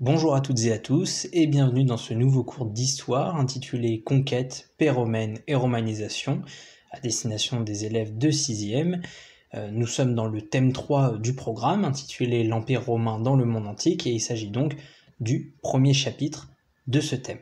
Bonjour à toutes et à tous et bienvenue dans ce nouveau cours d'histoire intitulé Conquête, paix romaine et romanisation à destination des élèves de 6e. Nous sommes dans le thème 3 du programme intitulé L'Empire romain dans le monde antique et il s'agit donc du premier chapitre de ce thème.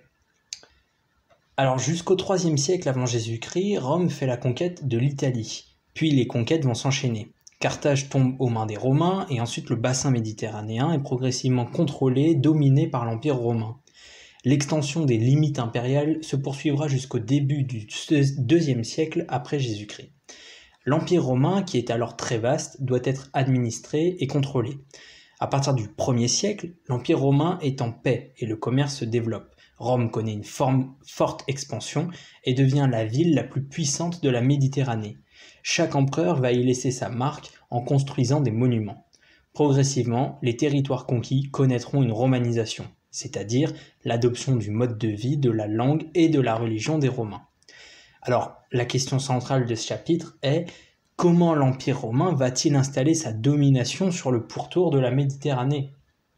Alors jusqu'au IIIe siècle avant Jésus-Christ, Rome fait la conquête de l'Italie, puis les conquêtes vont s'enchaîner. Carthage tombe aux mains des Romains et ensuite le bassin méditerranéen est progressivement contrôlé, dominé par l'Empire romain. L'extension des limites impériales se poursuivra jusqu'au début du IIe siècle après Jésus-Christ. L'Empire romain, qui est alors très vaste, doit être administré et contrôlé. À partir du 1er siècle, l'Empire romain est en paix et le commerce se développe. Rome connaît une forte expansion et devient la ville la plus puissante de la Méditerranée. Chaque empereur va y laisser sa marque en construisant des monuments. Progressivement, les territoires conquis connaîtront une romanisation, c'est-à-dire l'adoption du mode de vie, de la langue et de la religion des Romains. Alors, la question centrale de ce chapitre est comment l'Empire romain va-t-il installer sa domination sur le pourtour de la Méditerranée ?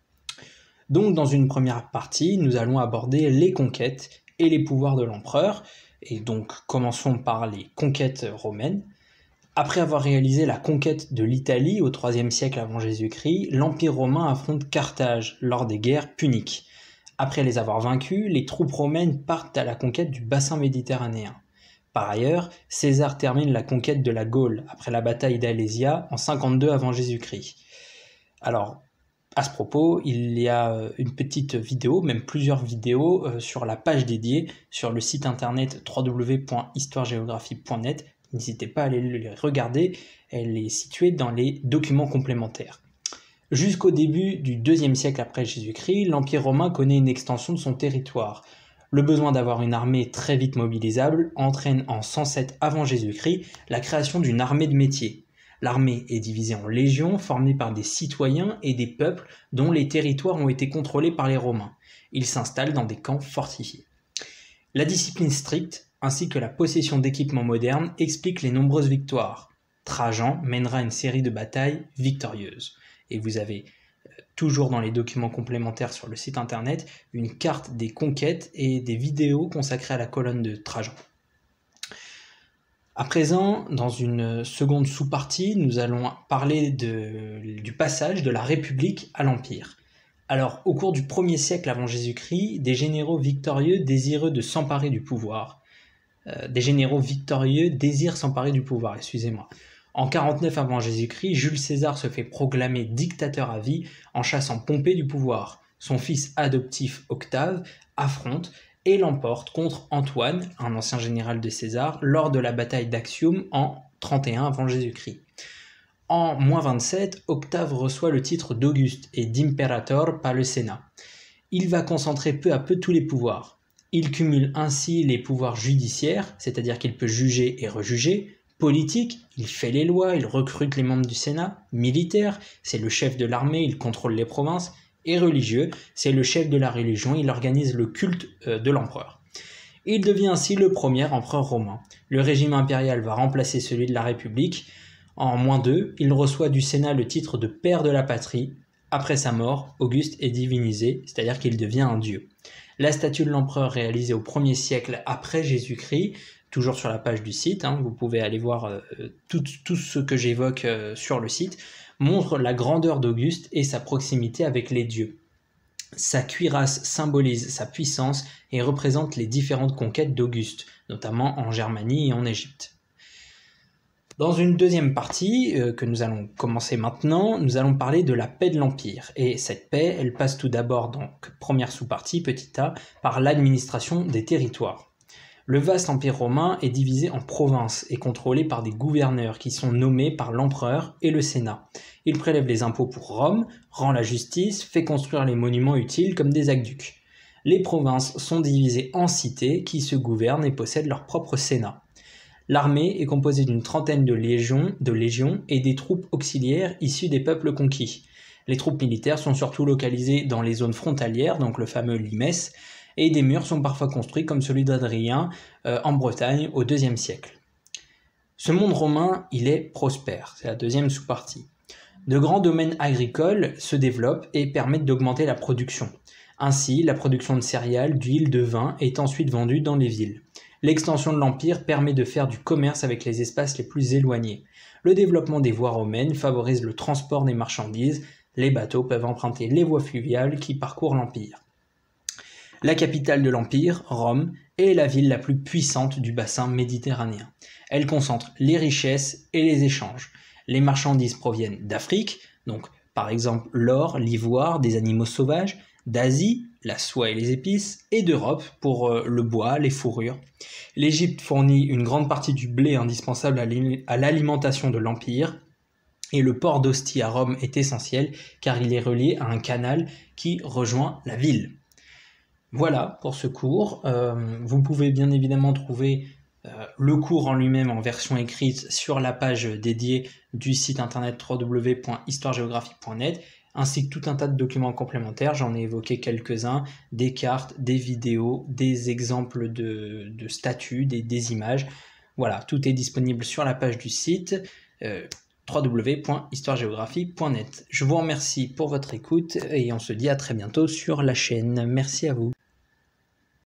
Donc, dans une première partie, nous allons aborder les conquêtes et les pouvoirs de l'empereur, et donc commençons par les conquêtes romaines. Après avoir réalisé la conquête de l'Italie au IIIe siècle avant Jésus-Christ, l'Empire romain affronte Carthage lors des guerres puniques. Après les avoir vaincus, les troupes romaines partent à la conquête du bassin méditerranéen. Par ailleurs, César termine la conquête de la Gaule après la bataille d'Alésia en 52 avant Jésus-Christ. Alors, à ce propos, il y a une petite vidéo, même plusieurs vidéos sur la page dédiée sur le site internet www.histoiregéographie.net. N'hésitez pas à aller les regarder, elle est située dans les documents complémentaires. Jusqu'au début du IIe siècle après Jésus-Christ, l'Empire romain connaît une extension de son territoire. Le besoin d'avoir une armée très vite mobilisable entraîne en 107 avant Jésus-Christ la création d'une armée de métier. L'armée est divisée en légions formées par des citoyens et des peuples dont les territoires ont été contrôlés par les Romains. Ils s'installent dans des camps fortifiés. La discipline stricte ainsi que la possession d'équipements modernes expliquent les nombreuses victoires. Trajan mènera une série de batailles victorieuses. Et vous avez toujours dans les documents complémentaires sur le site internet une carte des conquêtes et des vidéos consacrées à la colonne de Trajan. À présent, dans une seconde sous-partie, nous allons parler du passage de la République à l'Empire. Alors, au cours du 1er siècle avant Jésus-Christ, des généraux victorieux désirent s'emparer du pouvoir. En 49 avant Jésus-Christ, Jules César se fait proclamer dictateur à vie en chassant Pompée du pouvoir. Son fils adoptif Octave affronte et l'emporte contre Antoine, un ancien général de César, lors de la bataille d'Actium en 31 avant Jésus-Christ. En -27, Octave reçoit le titre d'Auguste et d'imperator par le Sénat. Il va concentrer peu à peu tous les pouvoirs. Il cumule ainsi les pouvoirs judiciaires, c'est-à-dire qu'il peut juger et rejuger, politique, il fait les lois, il recrute les membres du Sénat, militaire, c'est le chef de l'armée, il contrôle les provinces, et religieux, c'est le chef de la religion, il organise le culte de l'empereur. Il devient ainsi le premier empereur romain. Le régime impérial va remplacer celui de la République. En -2, il reçoit du Sénat le titre de père de la patrie. Après sa mort, Auguste est divinisé, c'est-à-dire qu'il devient un dieu. La statue de l'empereur réalisée au 1er siècle après Jésus-Christ, toujours sur la page du site, vous pouvez aller voir tout ce que j'évoque sur le site, montre la grandeur d'Auguste et sa proximité avec les dieux. Sa cuirasse symbolise sa puissance et représente les différentes conquêtes d'Auguste, notamment en Germanie et en Égypte. Dans une deuxième partie, que nous allons commencer maintenant, nous allons parler de la paix de l'Empire. Et cette paix, elle passe tout d'abord, donc première sous-partie, petit a, par l'administration des territoires. Le vaste empire romain est divisé en provinces et contrôlé par des gouverneurs qui sont nommés par l'empereur et le Sénat. Il prélève les impôts pour Rome, rend la justice, fait construire les monuments utiles comme des aqueducs. Les provinces sont divisées en cités qui se gouvernent et possèdent leur propre Sénat. L'armée est composée d'une trentaine de légions et des troupes auxiliaires issues des peuples conquis. Les troupes militaires sont surtout localisées dans les zones frontalières, donc le fameux limes, et des murs sont parfois construits comme celui d'Adrien en Bretagne au IIe siècle. Ce monde romain, il est prospère, c'est la deuxième sous-partie. De grands domaines agricoles se développent et permettent d'augmenter la production. Ainsi, la production de céréales, d'huile, de vin est ensuite vendue dans les villes. L'extension de l'Empire permet de faire du commerce avec les espaces les plus éloignés. Le développement des voies romaines favorise le transport des marchandises. Les bateaux peuvent emprunter les voies fluviales qui parcourent l'Empire. La capitale de l'Empire, Rome, est la ville la plus puissante du bassin méditerranéen. Elle concentre les richesses et les échanges. Les marchandises proviennent d'Afrique, donc par exemple l'or, l'ivoire, des animaux sauvages, d'Asie, la soie et les épices, et d'Europe pour le bois, les fourrures. L'Égypte fournit une grande partie du blé indispensable à l'alimentation de l'Empire, et le port d'Ostie à Rome est essentiel car il est relié à un canal qui rejoint la ville. Voilà pour ce cours. Vous pouvez bien évidemment trouver le cours en lui-même en version écrite sur la page dédiée du site internet www.histoiregéographie.net, ainsi que tout un tas de documents complémentaires. J'en ai évoqué quelques-uns, des cartes, des vidéos, des exemples de statues, des images. Voilà, tout est disponible sur la page du site www.histoiregéographie.net. Je vous remercie pour votre écoute et on se dit à très bientôt sur la chaîne. Merci à vous.